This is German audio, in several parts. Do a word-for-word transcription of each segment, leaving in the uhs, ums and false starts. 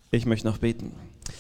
Ich möchte noch beten.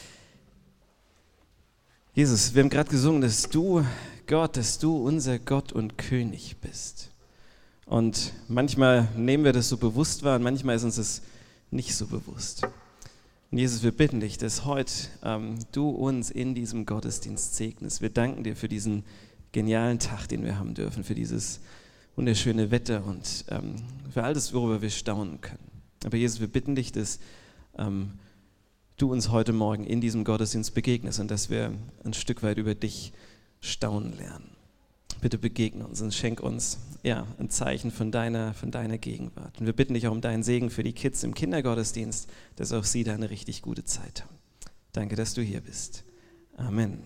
Jesus, wir haben gerade gesungen, dass du, Gott, dass du unser Gott und König bist. Und manchmal nehmen wir das so bewusst wahr und manchmal ist uns das nicht so bewusst. Und Jesus, wir bitten dich, dass heute ähm, du uns in diesem Gottesdienst segnest. Wir danken dir für diesen genialen Tag, den wir haben dürfen, für dieses wunderschöne Wetter und ähm, für all das, worüber wir staunen können. Aber Jesus, wir bitten dich, dass ähm, du uns heute Morgen in diesem Gottesdienst begegnest und dass wir ein Stück weit über dich staunen lernen. Bitte begegne uns und schenk uns ja, ein Zeichen von deiner, von deiner Gegenwart. Und wir bitten dich auch um deinen Segen für die Kids im Kindergottesdienst, dass auch sie da eine richtig gute Zeit haben. Danke, dass du hier bist. Amen.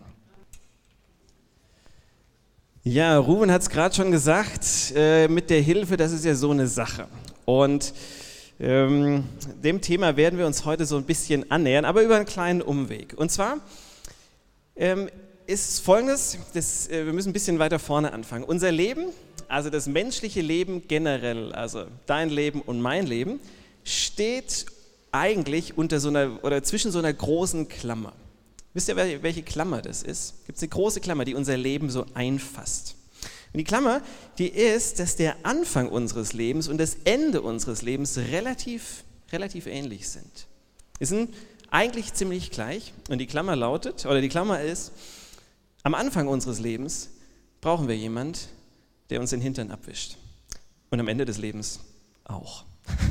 Ja, Ruben hat es gerade schon gesagt, äh, mit der Hilfe, das ist ja so eine Sache. Und ähm, dem Thema werden wir uns heute so ein bisschen annähern, aber über einen kleinen Umweg. Und zwar ähm, ist Folgendes, das, äh, wir müssen ein bisschen weiter vorne anfangen. Unser Leben, also das menschliche Leben generell, also dein Leben und mein Leben, steht eigentlich unter so einer oder zwischen so einer großen Klammer. Wisst ihr, welche Klammer das ist? Gibt es eine große Klammer, die unser Leben so einfasst. Und die Klammer, die ist, dass der Anfang unseres Lebens und das Ende unseres Lebens relativ, relativ ähnlich sind. Die sind eigentlich ziemlich gleich und die Klammer lautet, oder die Klammer ist, am Anfang unseres Lebens brauchen wir jemanden, der uns den Hintern abwischt. Und am Ende des Lebens auch.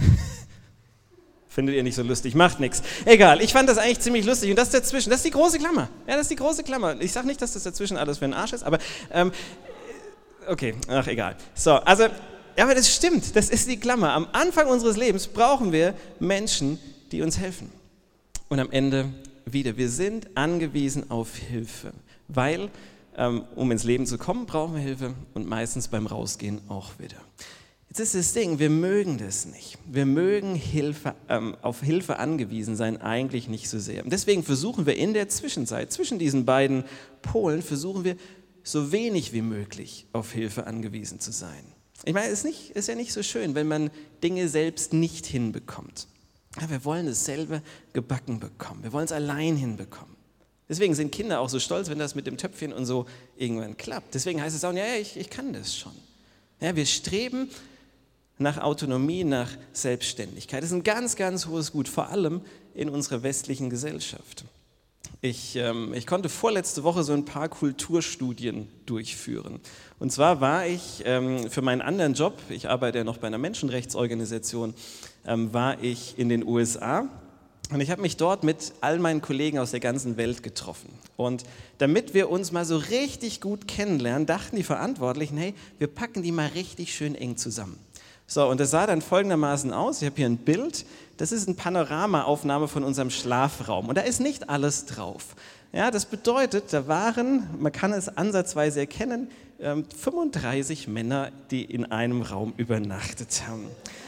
Findet ihr nicht so lustig, macht nichts. Egal, ich fand das eigentlich ziemlich lustig und das dazwischen, das ist die große Klammer. Ja, das ist die große Klammer. Ich sage nicht, dass das dazwischen alles für den Arsch ist, aber ähm, okay, ach egal. So, also, ja, aber das stimmt, das ist die Klammer. Am Anfang unseres Lebens brauchen wir Menschen, die uns helfen. Und am Ende wieder, wir sind angewiesen auf Hilfe, weil, ähm, um ins Leben zu kommen, brauchen wir Hilfe und meistens beim Rausgehen auch wieder. Jetzt ist das Ding, wir mögen das nicht. Wir mögen Hilfe, ähm, auf Hilfe angewiesen sein eigentlich nicht so sehr. Und deswegen versuchen wir in der Zwischenzeit, zwischen diesen beiden Polen, versuchen wir so wenig wie möglich auf Hilfe angewiesen zu sein. Ich meine, es ist, nicht, ist ja nicht so schön, wenn man Dinge selbst nicht hinbekommt. Ja, wir wollen es selber gebacken bekommen. Wir wollen es allein hinbekommen. Deswegen sind Kinder auch so stolz, wenn das mit dem Töpfchen und so irgendwann klappt. Deswegen heißt es auch, ja, ja ich, ich kann das schon. Ja, wir streben nach Autonomie, nach Selbstständigkeit. Das ist ein ganz, ganz hohes Gut, vor allem in unserer westlichen Gesellschaft. Ich, ähm, ich konnte vorletzte Woche so ein paar Kulturstudien durchführen. Und zwar war ich ähm, für meinen anderen Job, ich arbeite ja noch bei einer Menschenrechtsorganisation, ähm, war ich in den U S A. Und ich habe mich dort mit all meinen Kollegen aus der ganzen Welt getroffen. Und damit wir uns mal so richtig gut kennenlernen, dachten die Verantwortlichen, hey, wir packen die mal richtig schön eng zusammen. So, und das sah dann folgendermaßen aus. Ich habe hier ein Bild. Das ist eine Panoramaaufnahme von unserem Schlafraum. Und da ist nicht alles drauf. Ja, das bedeutet, da waren, man kann es ansatzweise erkennen, fünfunddreißig Männer, die in einem Raum übernachtet haben.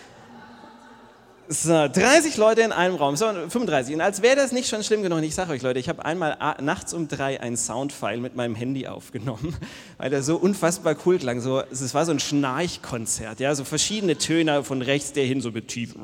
So, dreißig Leute in einem Raum, so fünfunddreißig. Und als wäre das nicht schon schlimm genug, und ich sage euch Leute, ich habe einmal nachts um drei ein Soundfile mit meinem Handy aufgenommen, weil der so unfassbar cool klang. So, es war so ein Schnarchkonzert, ja, so verschiedene Töne von rechts der hin, so mit tief.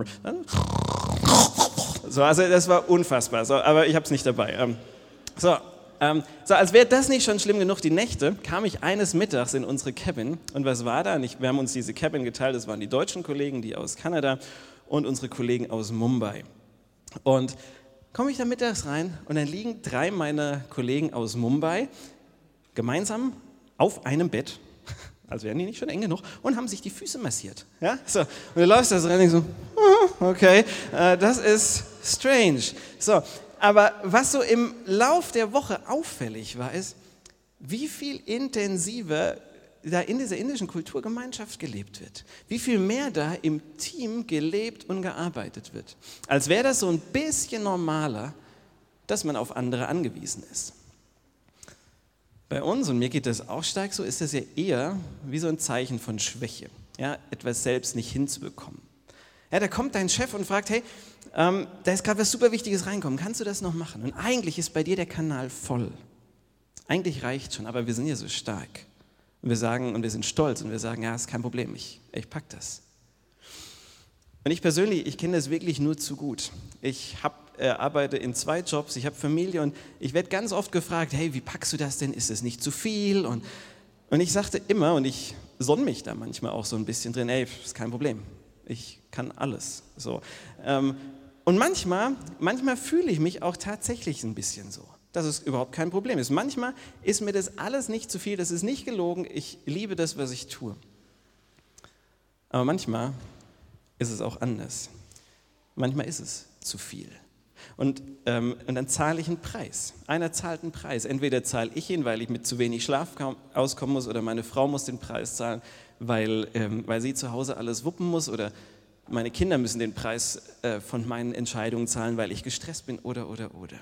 So, also das war unfassbar, so, aber ich habe es nicht dabei. So, ähm, so, als wäre das nicht schon schlimm genug, die Nächte, kam ich eines Mittags in unsere Cabin. Und was war da? Ich, wir haben uns diese Cabin geteilt, das waren die deutschen Kollegen, die aus Kanada, und unsere Kollegen aus Mumbai. Und komme ich da mittags rein und dann liegen drei meiner Kollegen aus Mumbai gemeinsam auf einem Bett, also wären die nicht schon eng genug, und haben sich die Füße massiert. Ja? So. Und du läufst da so rein und so, okay, äh, das ist strange. So, aber was so im Lauf der Woche auffällig war, ist, wie viel intensiver da in dieser indischen Kulturgemeinschaft gelebt wird. Wie viel mehr da im Team gelebt und gearbeitet wird. Als wäre das so ein bisschen normaler, dass man auf andere angewiesen ist. Bei uns, und mir geht das auch stark so, ist das ja eher wie so ein Zeichen von Schwäche, ja, etwas selbst nicht hinzubekommen. Ja, da kommt dein Chef und fragt, hey, ähm, da ist gerade was super Wichtiges reinkommen, kannst du das noch machen? Und eigentlich ist bei dir der Kanal voll. Eigentlich reicht schon, aber wir sind ja so stark. Und wir sagen, und wir sind stolz und wir sagen, ja, ist kein Problem, ich, ich pack das. Und ich persönlich, ich kenne das wirklich nur zu gut. Ich habe äh, arbeite in zwei Jobs, ich habe Familie und ich werde ganz oft gefragt, hey, wie packst du das denn? Ist es nicht zu viel? Und, und ich sagte immer, und ich sonne mich da manchmal auch so ein bisschen drin, ey, ist kein Problem, ich kann alles. So. Ähm, und manchmal, manchmal fühle ich mich auch tatsächlich ein bisschen so, dass es überhaupt kein Problem ist. Manchmal ist mir das alles nicht zu viel, das ist nicht gelogen, ich liebe das, was ich tue. Aber manchmal ist es auch anders. Manchmal ist es zu viel. Und, ähm, und dann zahle ich einen Preis. Einer zahlt einen Preis. Entweder zahle ich ihn, weil ich mit zu wenig Schlaf auskommen muss, oder meine Frau muss den Preis zahlen, weil, ähm, weil sie zu Hause alles wuppen muss, oder meine Kinder müssen den Preis äh, von meinen Entscheidungen zahlen, weil ich gestresst bin, oder, oder, oder.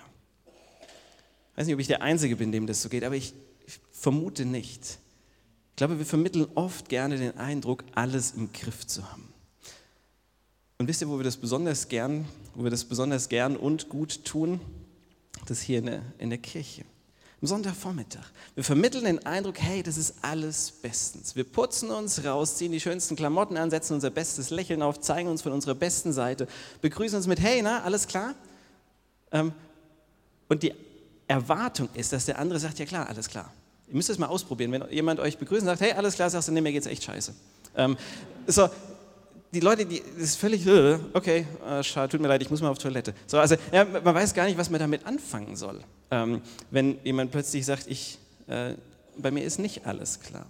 Ich weiß nicht, ob ich der Einzige bin, dem das so geht, aber ich, ich vermute nicht. Ich glaube, wir vermitteln oft gerne den Eindruck, alles im Griff zu haben. Und wisst ihr, wo wir das besonders gern, wo wir das besonders gern und gut tun? Das hier in der, in der Kirche. Am Sonntagvormittag. Wir vermitteln den Eindruck, hey, das ist alles bestens. Wir putzen uns raus, ziehen die schönsten Klamotten an, setzen unser bestes Lächeln auf, zeigen uns von unserer besten Seite, begrüßen uns mit, hey, na, alles klar? Ähm, und die Erwartung ist, dass der andere sagt, ja klar, alles klar. Ihr müsst es mal ausprobieren. Wenn jemand euch begrüßt und sagt, hey, alles klar, sagst du, nee, mir geht's echt scheiße. Ähm, so, die Leute, die, das ist völlig, okay, äh, schade, tut mir leid, ich muss mal auf Toilette. So, also ja, man weiß gar nicht, was man damit anfangen soll, ähm, wenn jemand plötzlich sagt, ich, äh, bei mir ist nicht alles klar.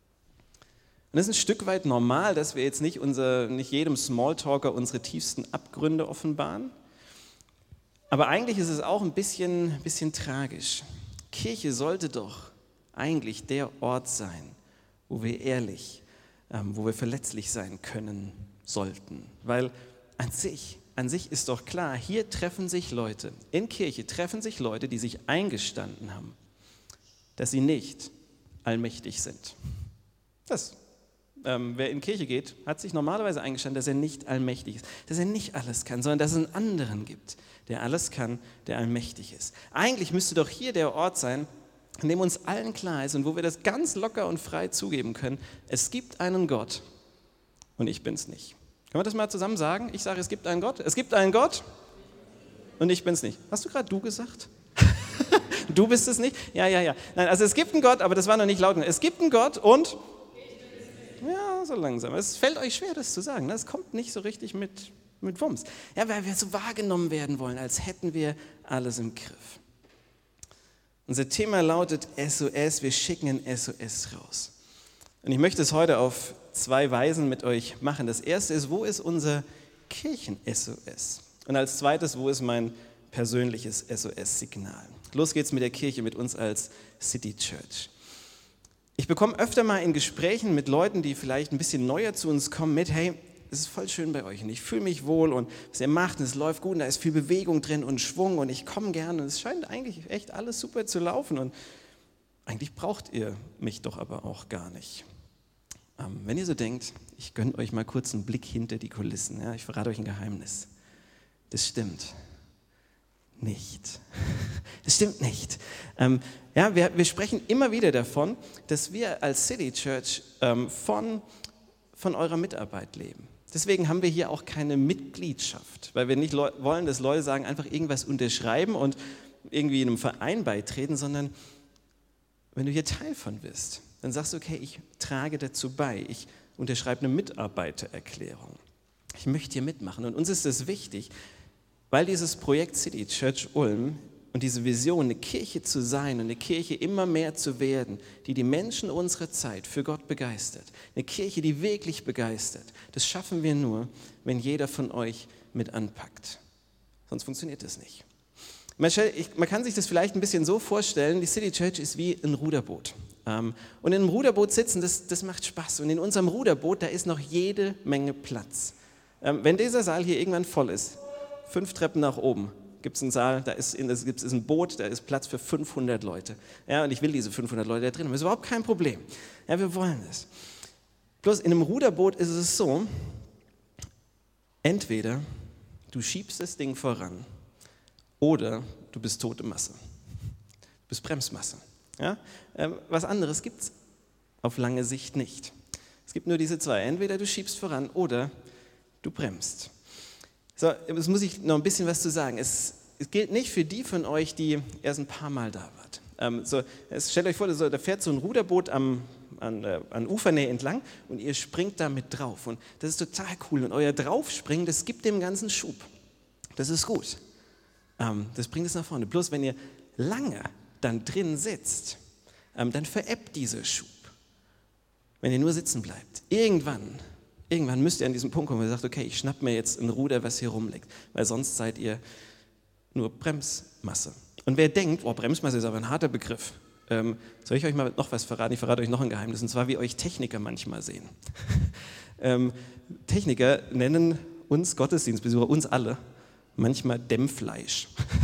Und das ist ein Stück weit normal, dass wir jetzt nicht, unser, nicht jedem Smalltalker unsere tiefsten Abgründe offenbaren. Aber eigentlich ist es auch ein bisschen, bisschen tragisch. Kirche sollte doch eigentlich der Ort sein, wo wir ehrlich, ähm, wo wir verletzlich sein können sollten. Weil an sich, an sich ist doch klar, hier treffen sich Leute, in Kirche treffen sich Leute, die sich eingestanden haben, dass sie nicht allmächtig sind. Das, ähm, wer in Kirche geht, hat sich normalerweise eingestanden, dass er nicht allmächtig ist, dass er nicht alles kann, sondern dass es einen anderen gibt, der alles kann, der allmächtig ist. Eigentlich müsste doch hier der Ort sein, an dem uns allen klar ist und wo wir das ganz locker und frei zugeben können, es gibt einen Gott und ich bin's nicht. Können wir das mal zusammen sagen? Ich sage, es gibt einen Gott, es gibt einen Gott und ich bin's nicht. Hast du gerade du gesagt? Du bist es nicht? Ja, ja, ja. Nein, also es gibt einen Gott, aber das war noch nicht laut. Es gibt einen Gott und... Ja, so langsam. Es fällt euch schwer, das zu sagen. Das kommt nicht so richtig mit, mit Wumms. Ja, weil wir so wahrgenommen werden wollen, als hätten wir alles im Griff. Unser Thema lautet S O S, wir schicken ein S O S raus. Und ich möchte es heute auf zwei Weisen mit euch machen. Das erste ist, wo ist unser Kirchen-S O S? Und als zweites, wo ist mein persönliches S O S-Signal? Los geht's mit der Kirche, mit uns als City Church. Ich bekomme öfter mal in Gesprächen mit Leuten, die vielleicht ein bisschen neuer zu uns kommen, mit, hey, es ist voll schön bei euch und ich fühle mich wohl und was ihr macht und es läuft gut und da ist viel Bewegung drin und Schwung und ich komme gerne und es scheint eigentlich echt alles super zu laufen und eigentlich braucht ihr mich doch aber auch gar nicht. Ähm, wenn ihr so denkt, ich gönne euch mal kurz einen Blick hinter die Kulissen, ja, ich verrate euch ein Geheimnis. Das stimmt nicht. Das stimmt nicht. Ähm, ja, wir, wir sprechen immer wieder davon, dass wir als City Church ähm, von, von eurer Mitarbeit leben. Deswegen haben wir hier auch keine Mitgliedschaft, weil wir nicht leu- wollen, dass Leute sagen, einfach irgendwas unterschreiben und irgendwie einem Verein beitreten, sondern wenn du hier Teil von bist, dann sagst du, okay, ich trage dazu bei, ich unterschreibe eine Mitarbeitererklärung. Ich möchte hier mitmachen und uns ist es wichtig, weil dieses Projekt City Church Ulm und diese Vision, eine Kirche zu sein und eine Kirche immer mehr zu werden, die die Menschen unserer Zeit für Gott begeistert. Eine Kirche, die wirklich begeistert. Das schaffen wir nur, wenn jeder von euch mit anpackt. Sonst funktioniert das nicht. Man kann sich das vielleicht ein bisschen so vorstellen, die City Church ist wie ein Ruderboot. Und in einem Ruderboot sitzen, das, das macht Spaß. Und in unserem Ruderboot, da ist noch jede Menge Platz. Wenn dieser Saal hier irgendwann voll ist, fünf Treppen nach oben, gibt es einen Saal, da ist, in, es gibt ein Boot, da ist Platz für fünfhundert Leute. Ja, und ich will diese fünfhundert Leute da drin haben, das ist überhaupt kein Problem. Ja, wir wollen das. Bloß in einem Ruderboot ist es so, entweder du schiebst das Ding voran oder du bist tote Masse. Du bist Bremsmasse. Ja? Ähm, was anderes gibt es auf lange Sicht nicht. Es gibt nur diese zwei, entweder du schiebst voran oder du bremst. So, jetzt muss ich noch ein bisschen was zu sagen. Es, es gilt nicht für die von euch, die erst ein paar Mal da wart. Ähm, so, es, stellt euch vor, so, da fährt so ein Ruderboot am, an, äh, an Ufernähe entlang und ihr springt da mit drauf. Und das ist total cool. Und euer Draufspringen, das gibt dem Ganzen Schub. Das ist gut. Ähm, das bringt es nach vorne. Bloß wenn ihr lange dann drin sitzt, ähm, dann verebbt dieser Schub. Wenn ihr nur sitzen bleibt. Irgendwann, irgendwann müsst ihr an diesen Punkt kommen, wo ihr sagt, okay, ich schnapp mir jetzt ein Ruder, was hier rumliegt. Weil sonst seid ihr nur Bremsmasse. Und wer denkt, oh, Bremsmasse ist aber ein harter Begriff, ähm, soll ich euch mal noch was verraten? Ich verrate euch noch ein Geheimnis, und zwar, wie euch Techniker manchmal sehen. ähm, Techniker nennen uns Gottesdienstbesucher, uns alle, manchmal Dämmfleisch.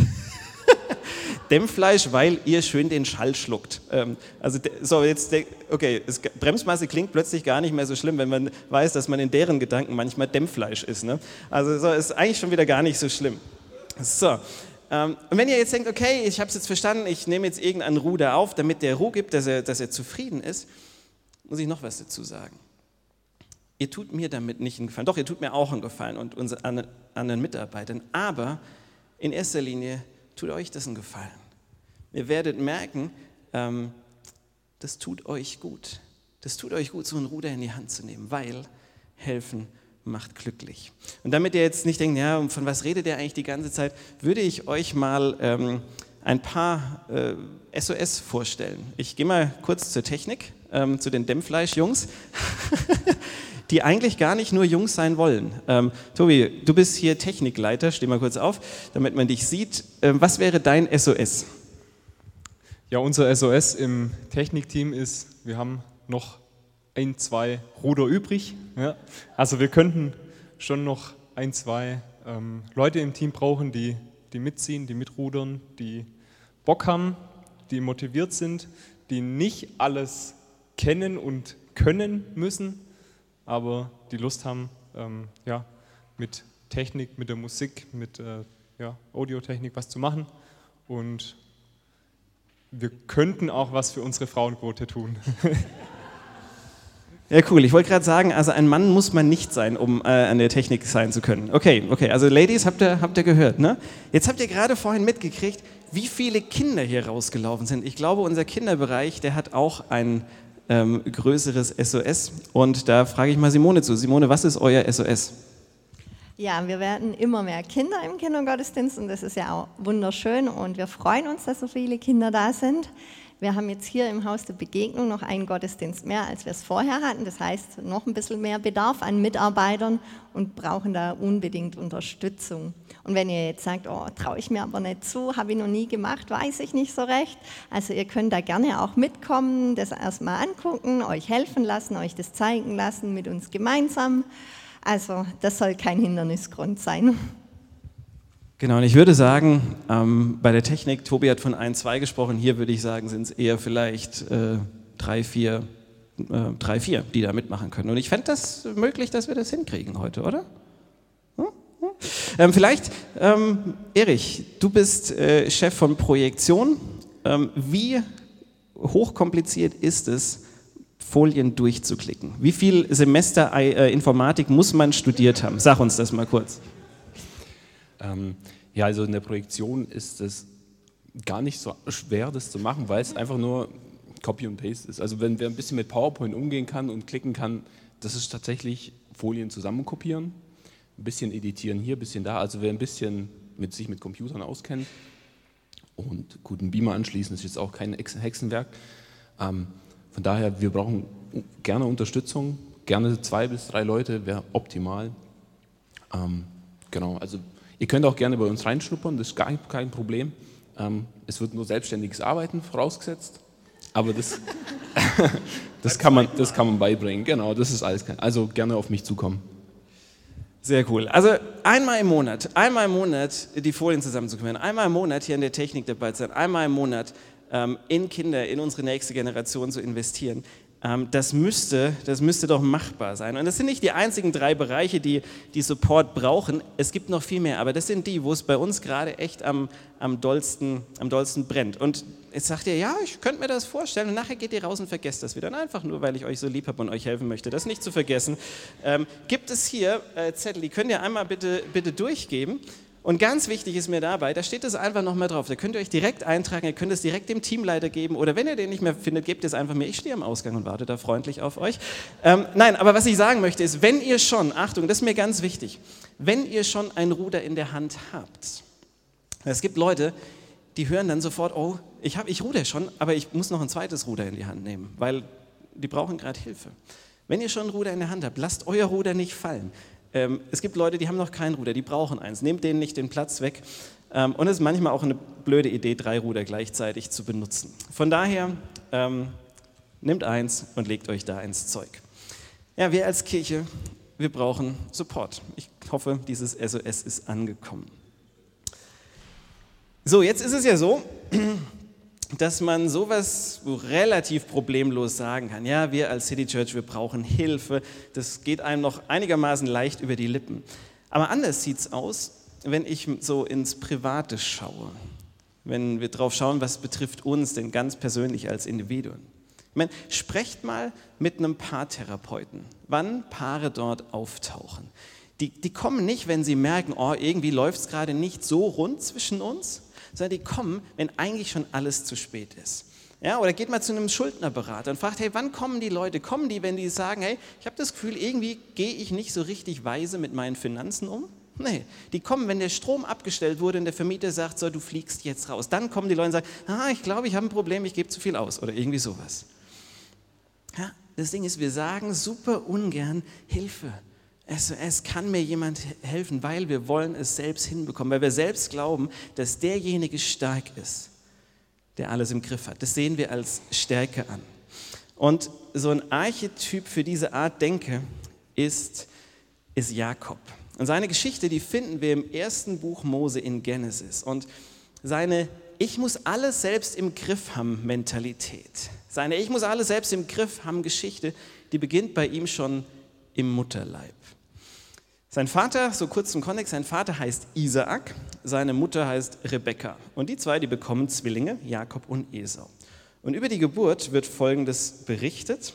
Dämmfleisch, weil ihr schön den Schall schluckt. Ähm, also, so, jetzt, okay, es, Bremsmasse klingt plötzlich gar nicht mehr so schlimm, wenn man weiß, dass man in deren Gedanken manchmal Dämmfleisch ist. Ne? Also, so ist eigentlich schon wieder gar nicht so schlimm. So. Ähm, und wenn ihr jetzt denkt, okay, ich habe es jetzt verstanden, ich nehme jetzt irgendein Ruder auf, damit der Ruhe gibt, dass er, dass er zufrieden ist, muss ich noch was dazu sagen. Ihr tut mir damit nicht einen Gefallen, doch, ihr tut mir auch einen Gefallen und unseren anderen Mitarbeitern, aber in erster Linie tut euch das einen Gefallen. Ihr werdet merken, ähm, das tut euch gut. Das tut euch gut, so ein Ruder in die Hand zu nehmen, weil helfen macht glücklich. Und damit ihr jetzt nicht denkt, ja, von was redet ihr eigentlich die ganze Zeit, würde ich euch mal ähm, ein paar äh, S O S vorstellen. Ich gehe mal kurz zur Technik, ähm, zu den Dämmfleisch-Jungs, die eigentlich gar nicht nur Jungs sein wollen. Ähm, Tobi, du bist hier Technikleiter, steh mal kurz auf, damit man dich sieht. Ähm, was wäre dein S O S? Ja, unser S O S im Technikteam ist, wir haben noch ein, zwei Ruder übrig. Ja. Also wir könnten schon noch ein, zwei ähm, Leute im Team brauchen, die, die mitziehen, die mitrudern, die Bock haben, die motiviert sind, die nicht alles kennen und können müssen, aber die Lust haben, ähm, ja, mit Technik, mit der Musik, mit äh, ja, Audiotechnik was zu machen. Und wir könnten auch was für unsere Frauenquote tun. Ja, cool. Ich wollte gerade sagen, also ein Mann muss man nicht sein, um äh, an der Technik sein zu können. Okay, okay. Also Ladies, habt ihr, habt ihr gehört, ne? Jetzt habt ihr gerade vorhin mitgekriegt, wie viele Kinder hier rausgelaufen sind. Ich glaube, unser Kinderbereich, der hat auch ein ähm, größeres S O S. Und da frage ich mal Simone zu. Simone, was ist euer S O S? Ja, wir werden immer mehr Kinder im Kindergottesdienst und das ist ja auch wunderschön und wir freuen uns, dass so viele Kinder da sind. Wir haben jetzt hier im Haus der Begegnung noch einen Gottesdienst mehr, als wir es vorher hatten. Das heißt, noch ein bisschen mehr Bedarf an Mitarbeitern und brauchen da unbedingt Unterstützung. Und wenn ihr jetzt sagt, oh, traue ich mir aber nicht zu, habe ich noch nie gemacht, weiß ich nicht so recht. Also ihr könnt da gerne auch mitkommen, das erstmal angucken, euch helfen lassen, euch das zeigen lassen mit uns gemeinsam. Also das soll kein Hindernisgrund sein. Genau, und ich würde sagen, ähm, bei der Technik, Tobi hat von ein, zwei gesprochen, hier würde ich sagen, sind es eher vielleicht äh, drei, vier, äh, drei, vier, die da mitmachen können. Und ich fände das möglich, dass wir das hinkriegen heute, oder? Hm? Hm? Ähm, vielleicht, ähm, Erich, du bist äh, Chef von Projektion. Ähm, wie hochkompliziert ist es, Folien durchzuklicken? Wie viel Semester äh, Informatik muss man studiert haben? Sag uns das mal kurz. Ähm, ja, also in der Projektion ist es gar nicht so schwer, das zu machen, weil es einfach nur Copy und Paste ist. Also wenn wer ein bisschen mit PowerPoint umgehen kann und klicken kann, das ist tatsächlich Folien zusammenkopieren, ein bisschen editieren hier, ein bisschen da. Also wer ein bisschen mit sich mit Computern auskennt und guten Beamer anschließen, ist jetzt auch kein Hexenwerk. Ähm, von daher, wir brauchen gerne Unterstützung, gerne zwei bis drei Leute, wäre optimal. Ähm, genau, also ihr könnt auch gerne bei uns reinschnuppern, das ist gar kein Problem. Ähm, es wird nur selbstständiges Arbeiten vorausgesetzt, aber das, das, kann man, das kann man beibringen. Genau, das ist alles. Also gerne auf mich zukommen. Sehr cool. Also einmal im Monat, einmal im Monat die Folien zusammenzukommen, einmal im Monat hier in der Technik dabei zu sein, einmal im Monat ähm, in Kinder, in unsere nächste Generation zu investieren. Das müsste, das müsste doch machbar sein. Und das sind nicht die einzigen drei Bereiche, die, die Support brauchen. Es gibt noch viel mehr, aber das sind die, wo es bei uns gerade echt am, am, dollsten, am dollsten brennt. Und jetzt sagt ihr, ja, ich könnte mir das vorstellen und nachher geht ihr raus und vergesst das wieder. Und einfach nur, weil ich euch so lieb habe und euch helfen möchte, das nicht zu vergessen. Ähm, gibt es hier äh, Zettel, die könnt ihr einmal bitte, bitte durchgeben. Und ganz wichtig ist mir dabei, da steht es einfach nochmal drauf, da könnt ihr euch direkt eintragen, ihr könnt es direkt dem Teamleiter geben oder wenn ihr den nicht mehr findet, gebt es einfach mir, ich stehe am Ausgang und warte da freundlich auf euch. Ähm, nein, aber was ich sagen möchte ist, wenn ihr schon, Achtung, das ist mir ganz wichtig, wenn ihr schon ein Ruder in der Hand habt, es gibt Leute, die hören dann sofort, oh, ich, hab, ich ruder schon, aber ich muss noch ein zweites Ruder in die Hand nehmen, weil die brauchen gerade Hilfe. Wenn ihr schon ein Ruder in der Hand habt, lasst euer Ruder nicht fallen. Ähm, es gibt Leute, die haben noch kein Ruder, die brauchen eins. Nehmt denen nicht den Platz weg. Ähm, und es ist manchmal auch eine blöde Idee, drei Ruder gleichzeitig zu benutzen. Von daher, ähm, nehmt eins und legt euch da ins Zeug. Ja, wir als Kirche, wir brauchen Support. Ich hoffe, dieses S O S ist angekommen. So, jetzt ist es ja so, dass man sowas relativ problemlos sagen kann. Ja, wir als City Church, wir brauchen Hilfe. Das geht einem noch einigermaßen leicht über die Lippen. Aber anders sieht es aus, wenn ich so ins Private schaue. Wenn wir drauf schauen, was betrifft uns denn ganz persönlich als Individuen. Ich meine, sprecht mal mit einem Paartherapeuten, wann Paare dort auftauchen. Die, die kommen nicht, wenn sie merken, oh, irgendwie läuft es gerade nicht so rund zwischen uns, sondern die kommen, wenn eigentlich schon alles zu spät ist. Ja, oder geht mal zu einem Schuldnerberater und fragt, hey, wann kommen die Leute? Kommen die, wenn die sagen, hey, ich habe das Gefühl, irgendwie gehe ich nicht so richtig weise mit meinen Finanzen um? Nee, die kommen, wenn der Strom abgestellt wurde und der Vermieter sagt, so, du fliegst jetzt raus. Dann kommen die Leute und sagen, ah, ich glaube, ich habe ein Problem, ich gebe zu viel aus oder irgendwie sowas. Ja, das Ding ist, wir sagen super ungern Hilfe. Es, es kann mir jemand helfen, weil wir wollen es selbst hinbekommen, weil wir selbst glauben, dass derjenige stark ist, der alles im Griff hat. Das sehen wir als Stärke an. Und so ein Archetyp für diese Art Denke ist, ist Jakob. Und seine Geschichte, die finden wir im ersten Buch Mose in Genesis. Und seine Ich muss alles selbst im Griff haben Mentalität, seine Ich muss alles selbst im Griff haben Geschichte, die beginnt bei ihm schon im Mutterleib. Sein Vater, so kurz zum Kontext, sein Vater heißt Isaak, seine Mutter heißt Rebekka. Und die zwei, die bekommen Zwillinge, Jakob und Esau. Und über die Geburt wird Folgendes berichtet.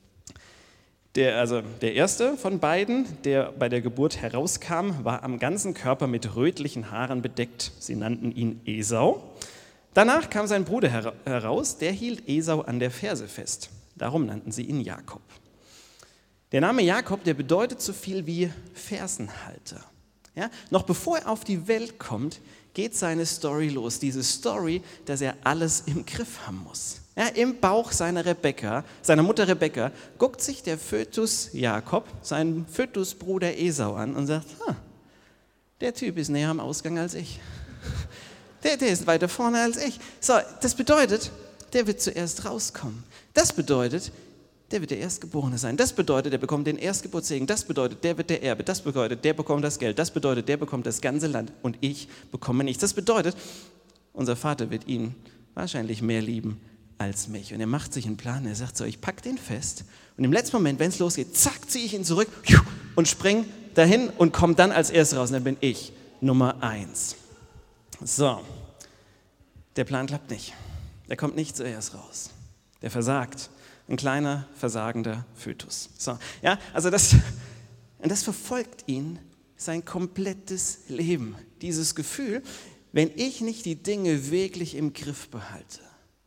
Der, also der erste von beiden, der bei der Geburt herauskam, war am ganzen Körper mit rötlichen Haaren bedeckt. Sie nannten ihn Esau. Danach kam sein Bruder heraus, der hielt Esau an der Ferse fest. Darum nannten sie ihn Jakob. Der Name Jakob, der bedeutet so viel wie Fersenhalter. Ja, noch bevor er auf die Welt kommt, geht seine Story los. Diese Story, dass er alles im Griff haben muss. Ja, im Bauch seiner Rebekka, seiner Mutter Rebekka, guckt sich der Fötus Jakob, seinen Fötusbruder Esau an und sagt, ah, der Typ ist näher am Ausgang als ich. Der, der ist weiter vorne als ich. So, das bedeutet, der wird zuerst rauskommen. Das bedeutet, der wird der Erstgeborene sein. Das bedeutet, der bekommt den Erstgeburtssegen. Das bedeutet, der wird der Erbe. Das bedeutet, der bekommt das Geld. Das bedeutet, der bekommt das ganze Land. Und ich bekomme nichts. Das bedeutet, unser Vater wird ihn wahrscheinlich mehr lieben als mich. Und er macht sich einen Plan. Er sagt so, ich packe den fest. Und im letzten Moment, wenn es losgeht, zack, ziehe ich ihn zurück und spring dahin und komme dann als Erster raus. Und dann bin ich Nummer eins. So, der Plan klappt nicht. Der kommt nicht zuerst raus. Der versagt. Ein kleiner, versagender Fötus. So, ja, also das, und das verfolgt ihn sein komplettes Leben. Dieses Gefühl, wenn ich nicht die Dinge wirklich im Griff behalte,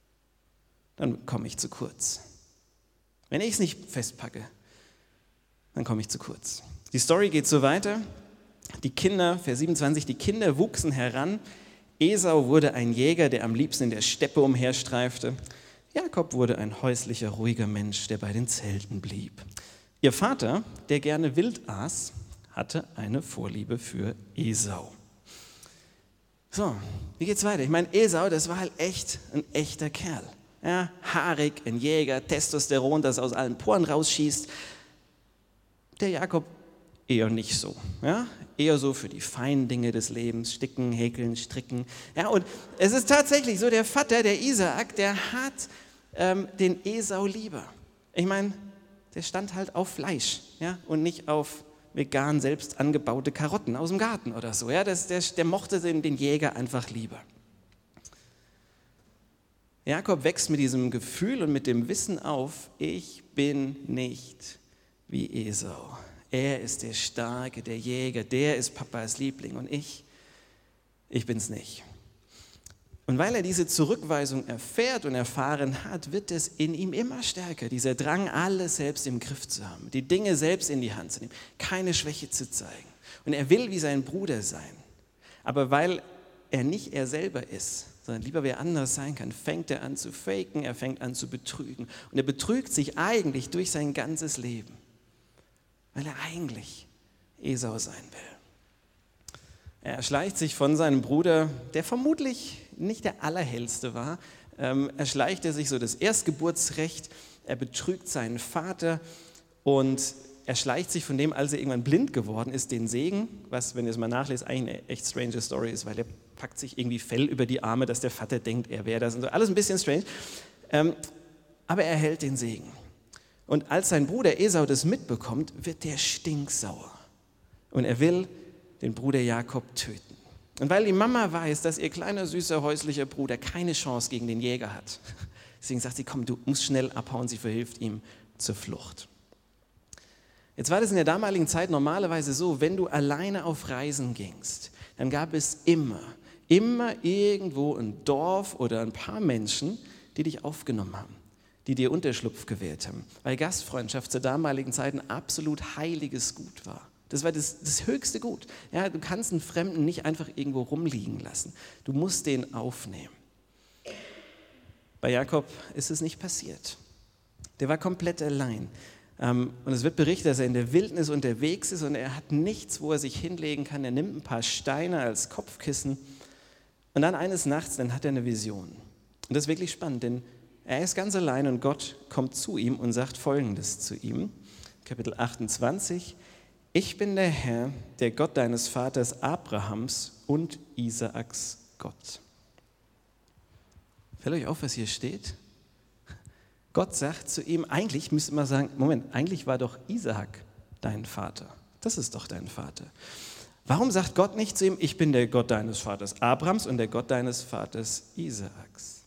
dann komme ich zu kurz. Wenn ich es nicht festpacke, dann komme ich zu kurz. Die Story geht so weiter. Die Kinder, Vers siebenundzwanzig, die Kinder wuchsen heran. Esau wurde ein Jäger, der am liebsten in der Steppe umherstreifte. Jakob wurde ein häuslicher, ruhiger Mensch, der bei den Zelten blieb. Ihr Vater, der gerne wild aß, hatte eine Vorliebe für Esau. So, wie geht's weiter? Ich meine, Esau, das war halt echt ein echter Kerl. Ja, haarig, ein Jäger, Testosteron, das aus allen Poren rausschießt. Der Jakob eher nicht so. Ja? Eher so für die feinen Dinge des Lebens, sticken, häkeln, stricken. Ja, und es ist tatsächlich so, der Vater, der Isaak, der hat ähm, den Esau lieber. Ich meine, der stand halt auf Fleisch, ja, und nicht auf vegan selbst angebaute Karotten aus dem Garten oder so. Ja? Das, der, der mochte den, den Jäger einfach lieber. Jakob wächst mit diesem Gefühl und mit dem Wissen auf, ich bin nicht wie Esau. Er ist der Starke, der Jäger, der ist Papas Liebling und ich, ich bin's nicht. Und weil er diese Zurückweisung erfährt und erfahren hat, wird es in ihm immer stärker, dieser Drang, alles selbst im Griff zu haben, die Dinge selbst in die Hand zu nehmen, keine Schwäche zu zeigen. Und er will wie sein Bruder sein. Aber weil er nicht er selber ist, sondern lieber wer anders sein kann, fängt er an zu faken, er fängt an zu betrügen. Und er betrügt sich eigentlich durch sein ganzes Leben, weil er eigentlich Esau sein will. Er erschleicht sich von seinem Bruder, der vermutlich nicht der Allerhellste war, ähm, erschleicht er sich so das Erstgeburtsrecht, er betrügt seinen Vater und erschleicht sich von dem, als er irgendwann blind geworden ist, den Segen, was, wenn ihr es mal nachlest, eigentlich eine echt strange Story ist, weil er packt sich irgendwie Fell über die Arme, dass der Vater denkt, er wäre das und so. Alles ein bisschen strange, ähm, aber er erhält den Segen. Und als sein Bruder Esau das mitbekommt, wird der stinksauer und er will den Bruder Jakob töten. Und weil die Mama weiß, dass ihr kleiner, süßer, häuslicher Bruder keine Chance gegen den Jäger hat, deswegen sagt sie, komm, du musst schnell abhauen, sie verhilft ihm zur Flucht. Jetzt war das in der damaligen Zeit normalerweise so, wenn du alleine auf Reisen gingst, dann gab es immer, immer irgendwo ein Dorf oder ein paar Menschen, die dich aufgenommen haben, die dir Unterschlupf gewährt haben, weil Gastfreundschaft zur damaligen Zeit ein absolut heiliges Gut war. Das war das, das höchste Gut. Ja, du kannst einen Fremden nicht einfach irgendwo rumliegen lassen. Du musst den aufnehmen. Bei Jakob ist es nicht passiert. Der war komplett allein. Und es wird berichtet, dass er in der Wildnis unterwegs ist und er hat nichts, wo er sich hinlegen kann. Er nimmt ein paar Steine als Kopfkissen und dann eines Nachts, dann hat er eine Vision. Und das ist wirklich spannend, denn er ist ganz allein und Gott kommt zu ihm und sagt Folgendes zu ihm. Kapitel achtundzwanzig. Ich bin der Herr, der Gott deines Vaters Abrahams und Isaaks Gott. Fällt euch auf, was hier steht? Gott sagt zu ihm, eigentlich müsste man sagen, Moment, eigentlich war doch Isaak dein Vater. Das ist doch dein Vater. Warum sagt Gott nicht zu ihm, ich bin der Gott deines Vaters Abrahams und der Gott deines Vaters Isaaks?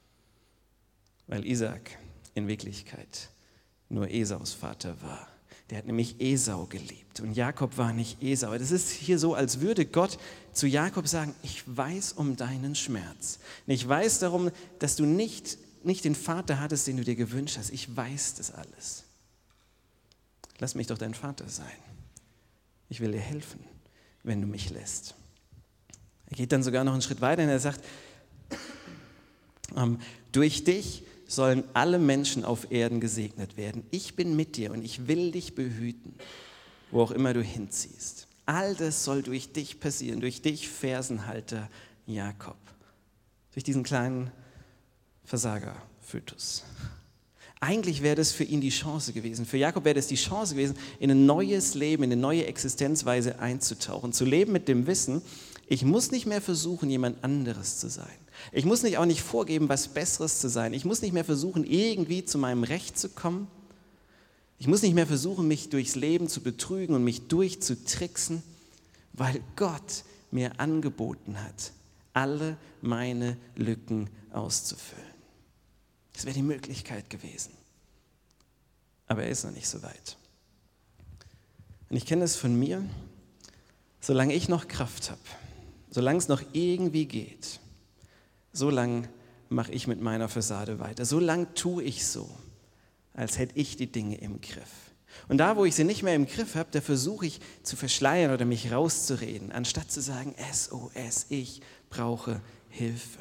Weil Isaak in Wirklichkeit nur Esaus Vater war. Der hat nämlich Esau geliebt und Jakob war nicht Esau. Das ist hier so, als würde Gott zu Jakob sagen, ich weiß um deinen Schmerz. Ich weiß darum, dass du nicht, nicht den Vater hattest, den du dir gewünscht hast. Ich weiß das alles. Lass mich doch dein Vater sein. Ich will dir helfen, wenn du mich lässt. Er geht dann sogar noch einen Schritt weiter und er sagt, ähm, durch dich sollen alle Menschen auf Erden gesegnet werden. Ich bin mit dir und ich will dich behüten, wo auch immer du hinziehst. All das soll durch dich passieren, durch dich, Fersenhalter Jakob. Durch diesen kleinen Versager-Fötus. Eigentlich wäre das für ihn die Chance gewesen. Für Jakob wäre das die Chance gewesen, in ein neues Leben, in eine neue Existenzweise einzutauchen. Zu leben mit dem Wissen, ich muss nicht mehr versuchen, jemand anderes zu sein. Ich muss nicht auch nicht vorgeben, was Besseres zu sein. Ich muss nicht mehr versuchen, irgendwie zu meinem Recht zu kommen. Ich muss nicht mehr versuchen, mich durchs Leben zu betrügen und mich durchzutricksen, weil Gott mir angeboten hat, alle meine Lücken auszufüllen. Das wäre die Möglichkeit gewesen. Aber er ist noch nicht so weit. Und ich kenne es von mir, solange ich noch Kraft habe, solange es noch irgendwie geht, so lange mache ich mit meiner Fassade weiter. So lange tue ich so, als hätte ich die Dinge im Griff. Und da, wo ich sie nicht mehr im Griff habe, da versuche ich zu verschleiern oder mich rauszureden, anstatt zu sagen, S O S, ich brauche Hilfe.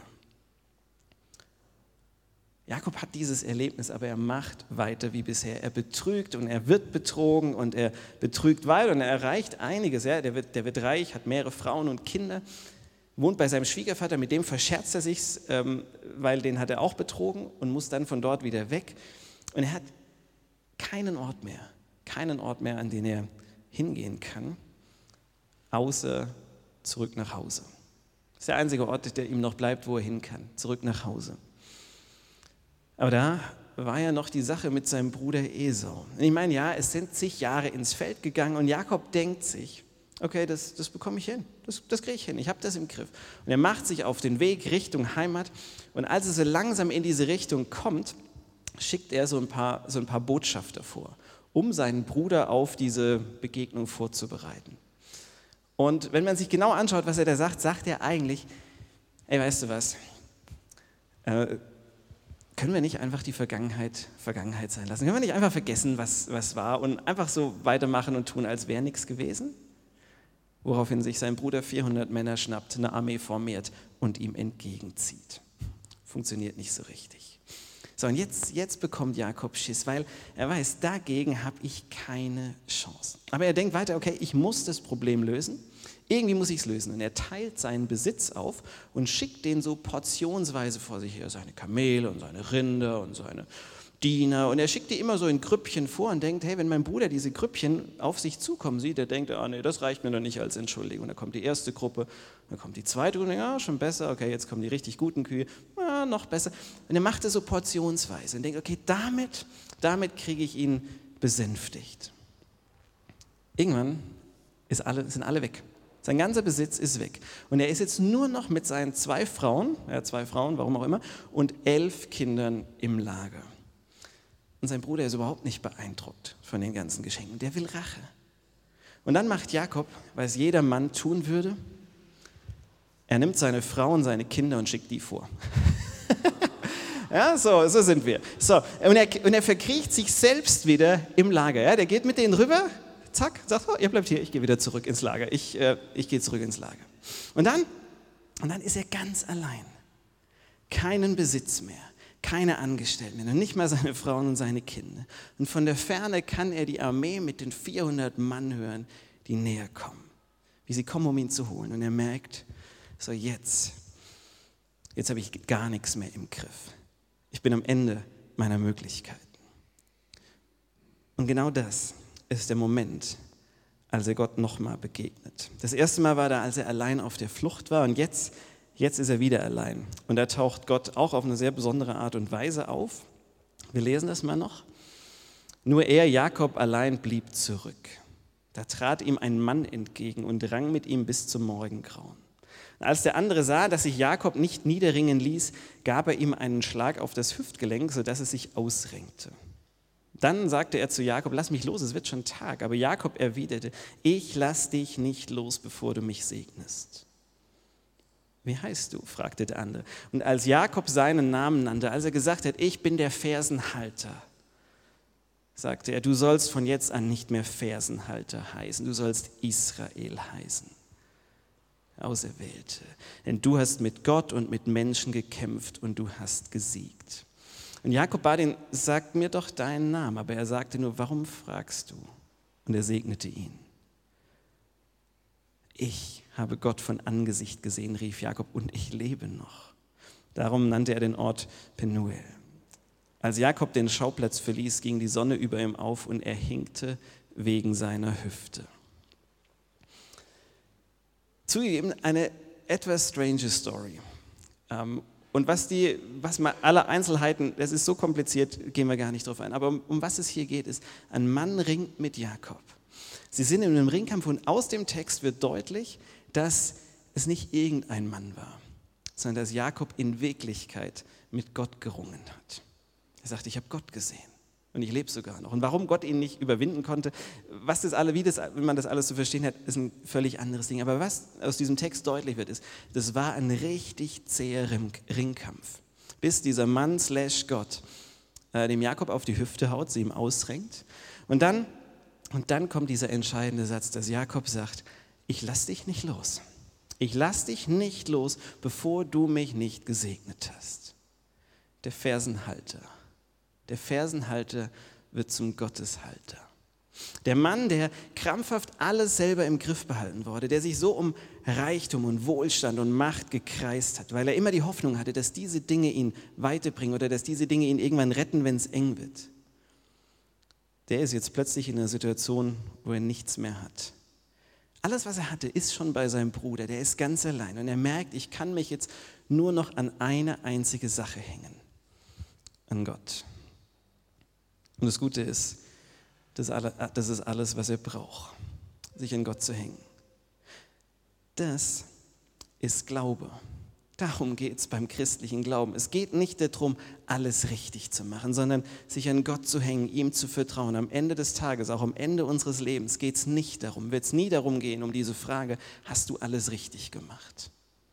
Jakob hat dieses Erlebnis, aber er macht weiter wie bisher. Er betrügt und er wird betrogen und er betrügt weiter und er erreicht einiges. Ja, der wird, der wird reich, hat mehrere Frauen und Kinder, wohnt bei seinem Schwiegervater, mit dem verscherzt er sich, ähm, weil den hat er auch betrogen und muss dann von dort wieder weg. Und er hat keinen Ort mehr, keinen Ort mehr, an den er hingehen kann, außer zurück nach Hause. Das ist der einzige Ort, der ihm noch bleibt, wo er hin kann, zurück nach Hause. Aber da war ja noch die Sache mit seinem Bruder Esau. Und ich meine, ja, es sind zig Jahre ins Feld gegangen und Jakob denkt sich, okay, das, das bekomme ich hin, das, das kriege ich hin, ich habe das im Griff. Und er macht sich auf den Weg Richtung Heimat und als er so langsam in diese Richtung kommt, schickt er so ein paar, so ein paar Botschafter vor, um seinen Bruder auf diese Begegnung vorzubereiten. Und wenn man sich genau anschaut, was er da sagt, sagt er eigentlich, ey, weißt du was, äh, können wir nicht einfach die Vergangenheit Vergangenheit sein lassen? Können wir nicht einfach vergessen, was, was war und einfach so weitermachen und tun, als wäre nichts gewesen? Woraufhin sich sein Bruder vierhundert Männer schnappt, eine Armee formiert und ihm entgegenzieht. Funktioniert nicht so richtig. So, und jetzt, jetzt bekommt Jakob Schiss, weil er weiß, dagegen habe ich keine Chance. Aber er denkt weiter, okay, ich muss das Problem lösen. Irgendwie muss ich es lösen. Und er teilt seinen Besitz auf und schickt den so portionsweise vor sich her. Seine Kamele und seine Rinder und seine Diener. Und er schickt die immer so in Grüppchen vor und denkt, hey, wenn mein Bruder diese Grüppchen auf sich zukommen sieht, der denkt, ah nee, das reicht mir noch nicht als Entschuldigung. Dann kommt die erste Gruppe, dann kommt die zweite Gruppe, ja, schon besser, okay, jetzt kommen die richtig guten Kühe, ja, noch besser. Und er macht es so portionsweise und denkt, okay, damit, damit kriege ich ihn besänftigt. Irgendwann ist alle, sind alle weg. Sein ganzer Besitz ist weg. Und er ist jetzt nur noch mit seinen zwei Frauen, er hat zwei Frauen, warum auch immer, und elf Kindern im Lager. Und sein Bruder ist überhaupt nicht beeindruckt von den ganzen Geschenken. Der will Rache. Und dann macht Jakob, was jeder Mann tun würde, er nimmt seine Frau und seine Kinder und schickt die vor. Ja, so, so sind wir. So, und, er, und er verkriecht sich selbst wieder im Lager. Ja, der geht mit denen rüber, zack, sagt, oh, ihr bleibt hier, ich gehe wieder zurück ins Lager. Ich, äh, ich gehe zurück ins Lager. Und dann, und dann ist er ganz allein. Keinen Besitz mehr, keine Angestellten mehr, und nicht mal seine Frauen und seine Kinder. Und von der Ferne kann er die Armee mit den vierhundert Mann hören, die näher kommen. Wie sie kommen, um ihn zu holen. Und er merkt, so jetzt, jetzt habe ich gar nichts mehr im Griff. Ich bin am Ende meiner Möglichkeiten. Und genau das ist der Moment, als er Gott nochmal begegnet. Das erste Mal war da, als er allein auf der Flucht war, und jetzt, jetzt ist er wieder allein. Und da taucht Gott auch auf eine sehr besondere Art und Weise auf. Wir lesen das mal noch. Nur er, Jakob, allein blieb zurück. Da trat ihm ein Mann entgegen und rang mit ihm bis zum Morgengrauen. Und als der andere sah, dass sich Jakob nicht niederringen ließ, gab er ihm einen Schlag auf das Hüftgelenk, sodass es sich ausrenkte. Dann sagte er zu Jakob, lass mich los, es wird schon Tag. Aber Jakob erwiderte, ich lass dich nicht los, bevor du mich segnest. Wie heißt du? Fragte der andere. Und als Jakob seinen Namen nannte, als er gesagt hat, ich bin der Fersenhalter, sagte er, du sollst von jetzt an nicht mehr Fersenhalter heißen, du sollst Israel heißen. Auserwählte, denn du hast mit Gott und mit Menschen gekämpft und du hast gesiegt. Und Jakob bat ihn, sag mir doch deinen Namen, aber er sagte nur, warum fragst du? Und er segnete ihn. Ich habe Gott von Angesicht gesehen, rief Jakob, und ich lebe noch. Darum nannte er den Ort Penuel. Als Jakob den Schauplatz verließ, ging die Sonne über ihm auf und er hinkte wegen seiner Hüfte. Zugegeben, eine etwas strange Story. Und was die, was mal alle Einzelheiten, das ist so kompliziert, gehen wir gar nicht drauf ein. Aber um, um was es hier geht, ist, ein Mann ringt mit Jakob. Sie sind in einem Ringkampf und aus dem Text wird deutlich, dass es nicht irgendein Mann war, sondern dass Jakob in Wirklichkeit mit Gott gerungen hat. Er sagt, ich habe Gott gesehen. Und ich lebe sogar noch. Und warum Gott ihn nicht überwinden konnte, was das alle, wie, das, wie man das alles zu verstehen hat, ist ein völlig anderes Ding. Aber was aus diesem Text deutlich wird, ist, das war ein richtig zäher Ringkampf. Bis dieser Mann slash Gott äh, dem Jakob auf die Hüfte haut, sie ihm ausrenkt. Und dann, und dann kommt dieser entscheidende Satz, dass Jakob sagt, ich lass dich nicht los. Ich lass dich nicht los, bevor du mich nicht gesegnet hast. Der Fersenhalter. Der Fersenhalter wird zum Gotteshalter. Der Mann, der krampfhaft alles selber im Griff behalten wurde, der sich so um Reichtum und Wohlstand und Macht gekreist hat, weil er immer die Hoffnung hatte, dass diese Dinge ihn weiterbringen oder dass diese Dinge ihn irgendwann retten, wenn es eng wird. Der ist jetzt plötzlich in einer Situation, wo er nichts mehr hat. Alles, was er hatte, ist schon bei seinem Bruder, der ist ganz allein und er merkt, ich kann mich jetzt nur noch an eine einzige Sache hängen, an Gott. Und das Gute ist, das ist alles, was er braucht, sich an Gott zu hängen. Das ist Glaube. Darum geht es beim christlichen Glauben. Es geht nicht darum, alles richtig zu machen, sondern sich an Gott zu hängen, ihm zu vertrauen. Am Ende des Tages, auch am Ende unseres Lebens, geht es nicht darum, wird es nie darum gehen, um diese Frage, hast du alles richtig gemacht?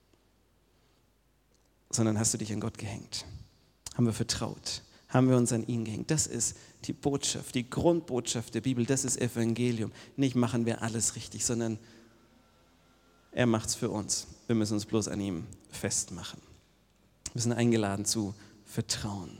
Sondern hast du dich an Gott gehängt? Haben wir vertraut? Haben wir uns an ihn gehängt? Das ist die Botschaft, die Grundbotschaft der Bibel, das ist Evangelium. Nicht machen wir alles richtig, sondern er macht es für uns. Wir müssen uns bloß an ihm festmachen. Wir sind eingeladen zu vertrauen.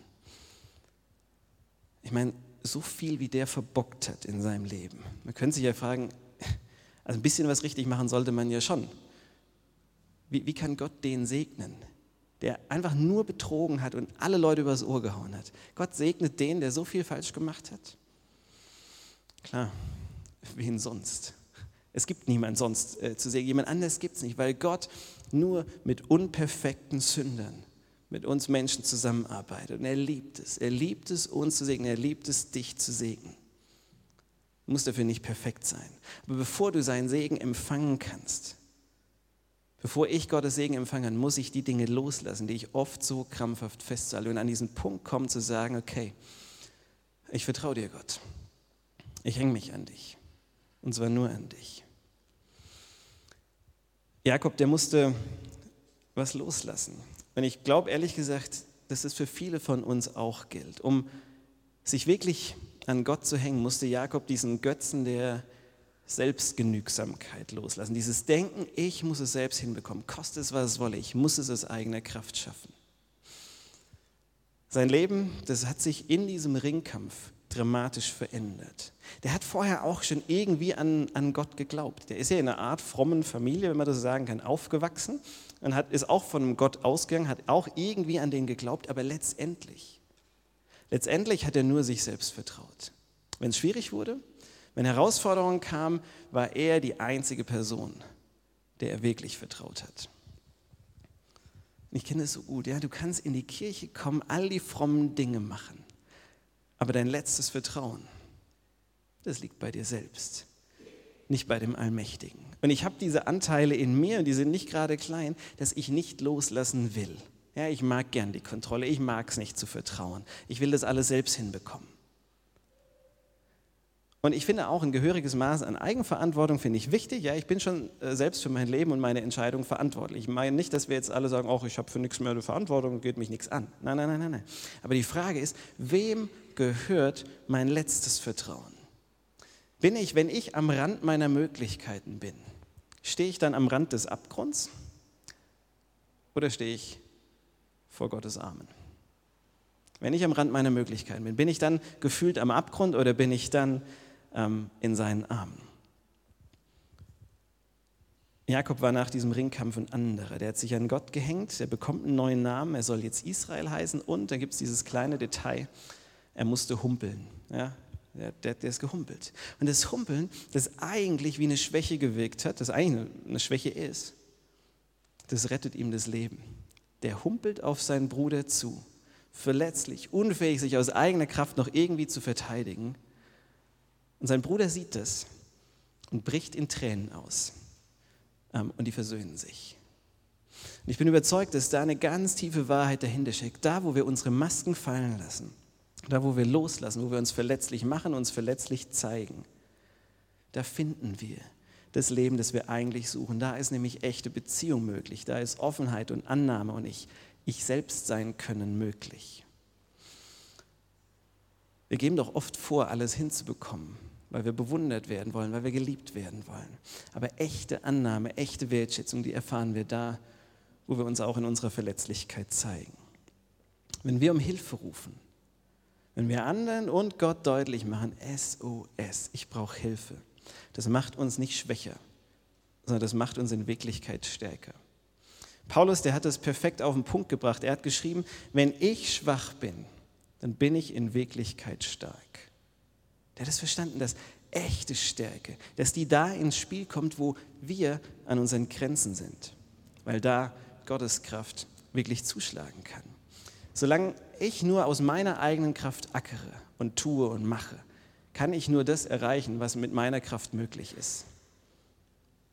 Ich meine, so viel wie der verbockt hat in seinem Leben. Man könnte sich ja fragen, also ein bisschen was richtig machen sollte man ja schon. Wie, wie kann Gott den segnen, der einfach nur betrogen hat und alle Leute übers Ohr gehauen hat? Gott segnet den, der so viel falsch gemacht hat? Klar, wen sonst? Es gibt niemand sonst äh, zu segnen, jemand anders gibt es nicht, weil Gott nur mit unperfekten Sündern, mit uns Menschen zusammenarbeitet. Und er liebt es, er liebt es, uns zu segnen, er liebt es, dich zu segnen. Du musst dafür nicht perfekt sein. Aber bevor du seinen Segen empfangen kannst, bevor ich Gottes Segen empfangen kann, muss ich die Dinge loslassen, die ich oft so krampfhaft festhalte und an diesen Punkt kommen zu sagen, okay, ich vertraue dir, Gott. Ich hänge mich an dich. Und zwar nur an dich. Jakob, der musste was loslassen. Und ich glaube ehrlich gesagt, dass das für viele von uns auch gilt. Um sich wirklich an Gott zu hängen, musste Jakob diesen Götzen der Selbstgenügsamkeit loslassen. Dieses Denken, ich muss es selbst hinbekommen, koste es, was es wolle, ich muss es aus eigener Kraft schaffen. Sein Leben, das hat sich in diesem Ringkampf dramatisch verändert. Der hat vorher auch schon irgendwie an, an Gott geglaubt. Der ist ja in einer Art frommen Familie, wenn man das so sagen kann, aufgewachsen und hat, ist auch von Gott ausgegangen, hat auch irgendwie an den geglaubt, aber letztendlich, letztendlich hat er nur sich selbst vertraut. Wenn es schwierig wurde, wenn Herausforderungen kamen, war er die einzige Person, der er wirklich vertraut hat. Und ich kenne es so gut, ja, du kannst in die Kirche kommen, all die frommen Dinge machen. Aber dein letztes Vertrauen, das liegt bei dir selbst, nicht bei dem Allmächtigen. Und ich habe diese Anteile in mir, und die sind nicht gerade klein, dass ich nicht loslassen will. Ja, ich mag gern die Kontrolle, ich mag es nicht zu vertrauen. Ich will das alles selbst hinbekommen. Und ich finde auch ein gehöriges Maß an Eigenverantwortung finde ich wichtig. Ja, ich bin schon äh, selbst für mein Leben und meine Entscheidung verantwortlich. Ich meine nicht, dass wir jetzt alle sagen, oh, ich habe für nichts mehr eine Verantwortung, geht mich nichts an. Nein, nein, nein, nein, nein. Aber die Frage ist, wem gehört mein letztes Vertrauen? Bin ich, wenn ich am Rand meiner Möglichkeiten bin, stehe ich dann am Rand des Abgrunds oder stehe ich vor Gottes Armen? Wenn ich am Rand meiner Möglichkeiten bin, bin ich dann gefühlt am Abgrund oder bin ich dann ähm, in seinen Armen? Jakob war nach diesem Ringkampf ein anderer. Der hat sich an Gott gehängt, der bekommt einen neuen Namen, er soll jetzt Israel heißen und da gibt es dieses kleine Detail, er musste humpeln. Ja? Der, der, der ist gehumpelt. Und das Humpeln, das eigentlich wie eine Schwäche gewirkt hat, das eigentlich eine Schwäche ist, das rettet ihm das Leben. Der humpelt auf seinen Bruder zu, verletzlich, unfähig, sich aus eigener Kraft noch irgendwie zu verteidigen. Und sein Bruder sieht das und bricht in Tränen aus. Und die versöhnen sich. Und ich bin überzeugt, dass da eine ganz tiefe Wahrheit dahinter steckt. Da, wo wir unsere Masken fallen lassen, da, wo wir loslassen, wo wir uns verletzlich machen, uns verletzlich zeigen, da finden wir das Leben, das wir eigentlich suchen. Da ist nämlich echte Beziehung möglich. Da ist Offenheit und Annahme und ich, ich selbst sein können möglich. Wir geben doch oft vor, alles hinzubekommen, weil wir bewundert werden wollen, weil wir geliebt werden wollen. Aber echte Annahme, echte Wertschätzung, die erfahren wir da, wo wir uns auch in unserer Verletzlichkeit zeigen. Wenn wir um Hilfe rufen, wenn wir anderen und Gott deutlich machen, S O S, ich brauche Hilfe, das macht uns nicht schwächer, sondern das macht uns in Wirklichkeit stärker. Paulus, der hat das perfekt auf den Punkt gebracht. Er hat geschrieben, wenn ich schwach bin, dann bin ich in Wirklichkeit stark. Der hat es verstanden, dass echte Stärke, dass die da ins Spiel kommt, wo wir an unseren Grenzen sind, weil da Gottes Kraft wirklich zuschlagen kann. Solange ich nur aus meiner eigenen Kraft ackere und tue und mache, kann ich nur das erreichen, was mit meiner Kraft möglich ist.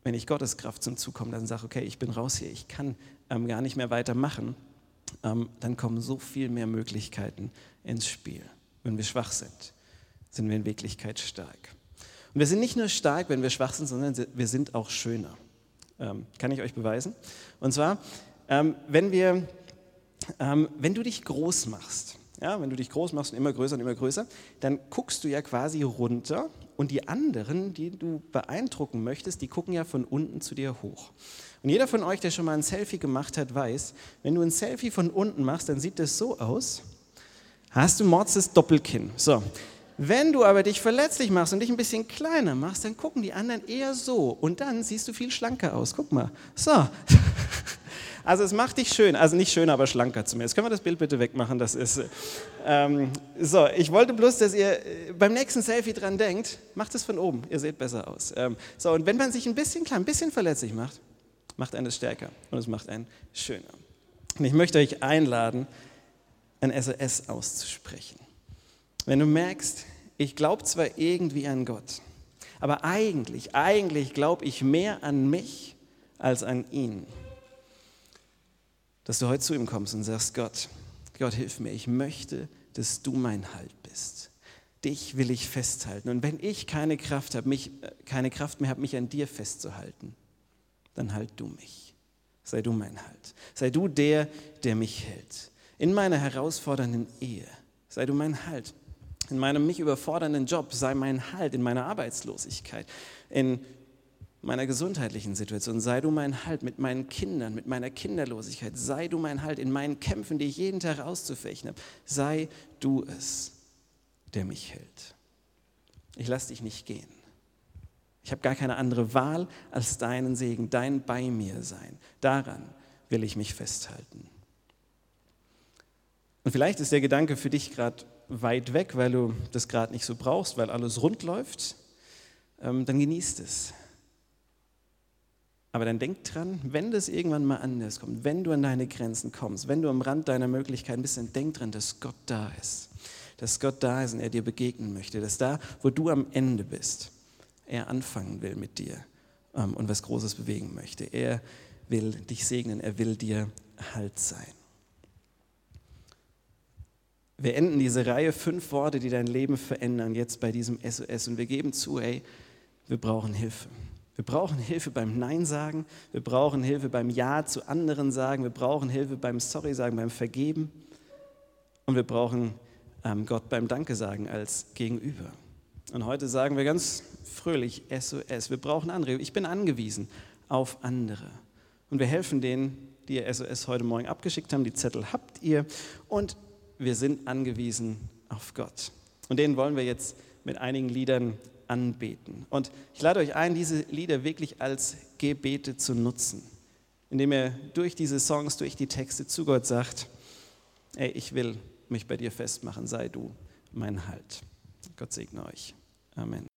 wenn ich Gottes Kraft zum Zug komme, dann sage, okay, ich bin raus hier, ich kann ähm, gar nicht mehr weitermachen, ähm, dann kommen so viel mehr Möglichkeiten ins Spiel. Wenn wir schwach sind, sind wir in Wirklichkeit stark. Und wir sind nicht nur stark, wenn wir schwach sind, sondern wir sind auch schöner. Ähm, kann ich euch beweisen? Und zwar, ähm, wenn wir, ähm, wenn du dich groß machst, ja, wenn du dich groß machst und immer größer und immer größer, dann guckst du ja quasi runter und die anderen, die du beeindrucken möchtest, die gucken ja von unten zu dir hoch. Und jeder von euch, der schon mal ein Selfie gemacht hat, weiß, wenn du ein Selfie von unten machst, dann sieht das so aus, hast du Morzes Doppelkinn. So. Wenn du aber dich verletzlich machst und dich ein bisschen kleiner machst, dann gucken die anderen eher so und dann siehst du viel schlanker aus. Guck mal. So. Also es macht dich schön, also nicht schöner, aber schlanker zumindest. Können wir das Bild bitte wegmachen? Das ist ähm, so. Ich wollte bloß, dass ihr beim nächsten Selfie dran denkt, macht es von oben. Ihr seht besser aus. Ähm, so, und wenn man sich ein bisschen klein, ein bisschen verletzlich macht, macht einen das stärker und es macht einen schöner. Und ich möchte euch einladen, ein S O S auszusprechen. Wenn du merkst, ich glaube zwar irgendwie an Gott, aber eigentlich, eigentlich glaube ich mehr an mich als an ihn. Dass du heute zu ihm kommst und sagst, Gott, Gott, hilf mir, ich möchte, dass du mein Halt bist. Dich will ich festhalten. Und wenn ich keine Kraft habe, mich, keine Kraft mehr habe, mich an dir festzuhalten, dann halt du mich. Sei du mein Halt. Sei du der, der mich hält. In meiner herausfordernden Ehe, sei du mein Halt. In meinem mich überfordernden Job, sei mein Halt. In meiner Arbeitslosigkeit, in meiner gesundheitlichen Situation, sei du mein Halt. Mit meinen Kindern, mit meiner Kinderlosigkeit, sei du mein Halt. In meinen Kämpfen, die ich jeden Tag auszufechten habe, sei du es, der mich hält. Ich lasse dich nicht gehen. Ich habe gar keine andere Wahl als deinen Segen, dein bei mir sein. Daran will ich mich festhalten. Und vielleicht ist der Gedanke für dich gerade weit weg, weil du das gerade nicht so brauchst, weil alles rund läuft. Ähm, dann genießt es. Aber dann denk dran, wenn das irgendwann mal anders kommt, wenn du an deine Grenzen kommst, wenn du am Rand deiner Möglichkeiten bist, dann denk dran, dass Gott da ist. Dass Gott da ist und er dir begegnen möchte. Dass da, wo du am Ende bist, er anfangen will mit dir ähm, und was Großes bewegen möchte. Er will dich segnen, er will dir Halt sein. Wir enden diese Reihe fünf Worte, die dein Leben verändern, jetzt bei diesem S O S. Und wir geben zu, ey, wir brauchen Hilfe. Wir brauchen Hilfe beim Nein sagen, wir brauchen Hilfe beim Ja zu anderen sagen, wir brauchen Hilfe beim Sorry sagen, beim Vergeben und wir brauchen ähm, Gott beim Danke sagen als Gegenüber. Und heute sagen wir ganz fröhlich S O S. Wir brauchen andere. Ich bin angewiesen auf andere. Und wir helfen denen, die ihr S O S heute Morgen abgeschickt haben. Die Zettel habt ihr. Und wir sind angewiesen auf Gott. Und denen wollen wir jetzt mit einigen Liedern anbeten. Und ich lade euch ein, diese Lieder wirklich als Gebete zu nutzen, indem ihr durch diese Songs, durch die Texte zu Gott sagt, ey, ich will mich bei dir festmachen, sei du mein Halt. Gott segne euch. Amen.